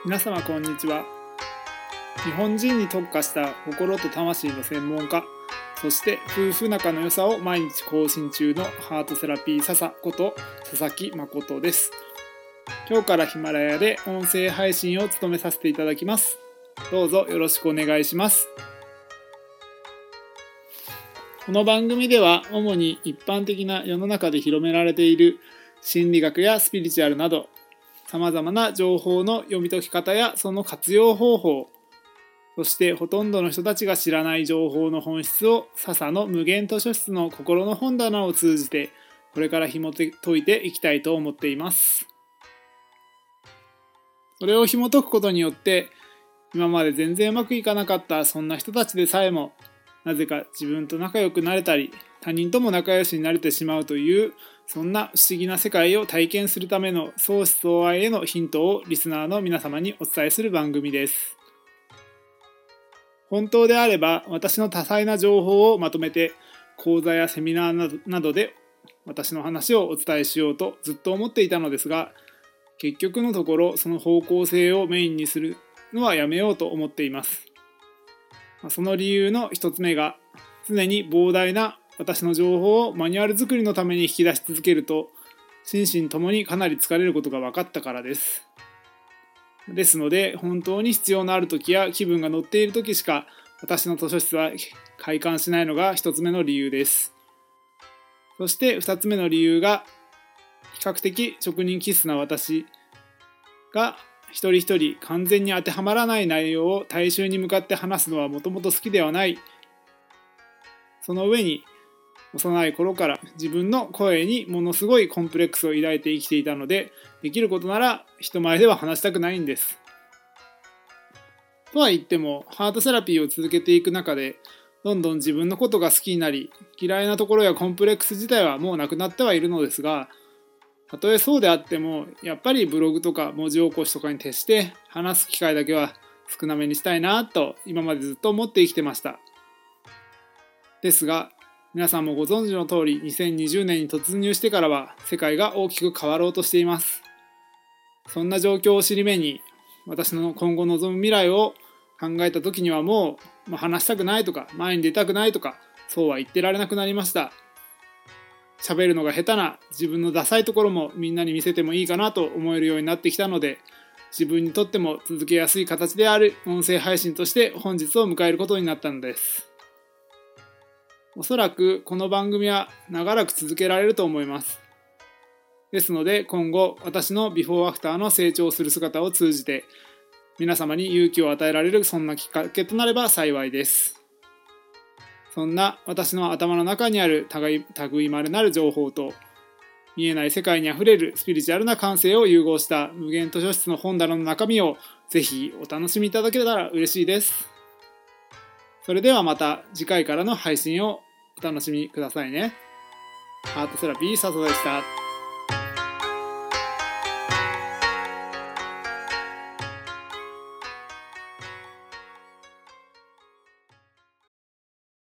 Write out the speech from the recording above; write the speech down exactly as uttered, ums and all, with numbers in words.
皆様こんにちは。日本人に特化した心と魂の専門家、そして夫婦仲の良さを毎日更新中のハートセラピー笹こと佐々木誠です。今日からヒマラヤで音声配信を務めさせていただきます。どうぞよろしくお願いします。この番組では主に一般的な世の中で広められている心理学やスピリチュアルなど様々な情報の読み解き方やその活用方法、そしてほとんどの人たちが知らない情報の本質を笹の無限図書室の心の本棚を通じてこれから紐解いていきたいと思っています。それを紐解くことによって今まで全然うまくいかなかったそんな人たちでさえもなぜか自分と仲良くなれたり他人とも仲良しになれてしまうというそんな不思議な世界を体験するための相思相愛へのヒントをリスナーの皆様にお伝えする番組です。本当であれば私の多彩な情報をまとめて講座やセミナーなどで私の話をお伝えしようとずっと思っていたのですが、結局のところその方向性をメインにするのはやめようと思っています。その理由の一つ目が常に膨大な私の情報をマニュアル作りのために引き出し続けると心身ともにかなり疲れることが分かったからです。ですので本当に必要のある時や気分が乗っている時しか私の図書室は開館しないのが一つ目の理由です。そして二つ目の理由が比較的職人気質な私が一人一人完全に当てはまらない内容を大衆に向かって話すのはもともと好きではない。その上に幼い頃から自分の声にものすごいコンプレックスを抱いて生きていたので、できることなら人前では話したくないんです。とは言ってもハートセラピーを続けていく中でどんどん自分のことが好きになり、嫌いなところやコンプレックス自体はもうなくなってはいるのですが、たとえそうであってもやっぱりブログとか文字起こしとかに徹して話す機会だけは少なめにしたいなと今までずっと思って生きてました。ですが皆さんもご存知の通りにせんにじゅうねんに突入してからは世界が大きく変わろうとしています。そんな状況を尻目に私の今後望む未来を考えた時にはもう、まあ、話したくないとか前に出たくないとかそうは言ってられなくなりました。喋るのが下手な自分のダサいところもみんなに見せてもいいかなと思えるようになってきたので、自分にとっても続けやすい形である音声配信として本日を迎えることになったのです。おそらくこの番組は長らく続けられると思います。ですので今後私のビフォーアフターの成長する姿を通じて皆様に勇気を与えられるそんなきっかけとなれば幸いです。そんな私の頭の中にある類まれなる情報と見えない世界にあふれるスピリチュアルな感性を融合した無限図書室の本棚の中身をぜひお楽しみいただけたら嬉しいです。それではまた次回からの配信をお楽しみくださいね。ハートセラピー笹でした。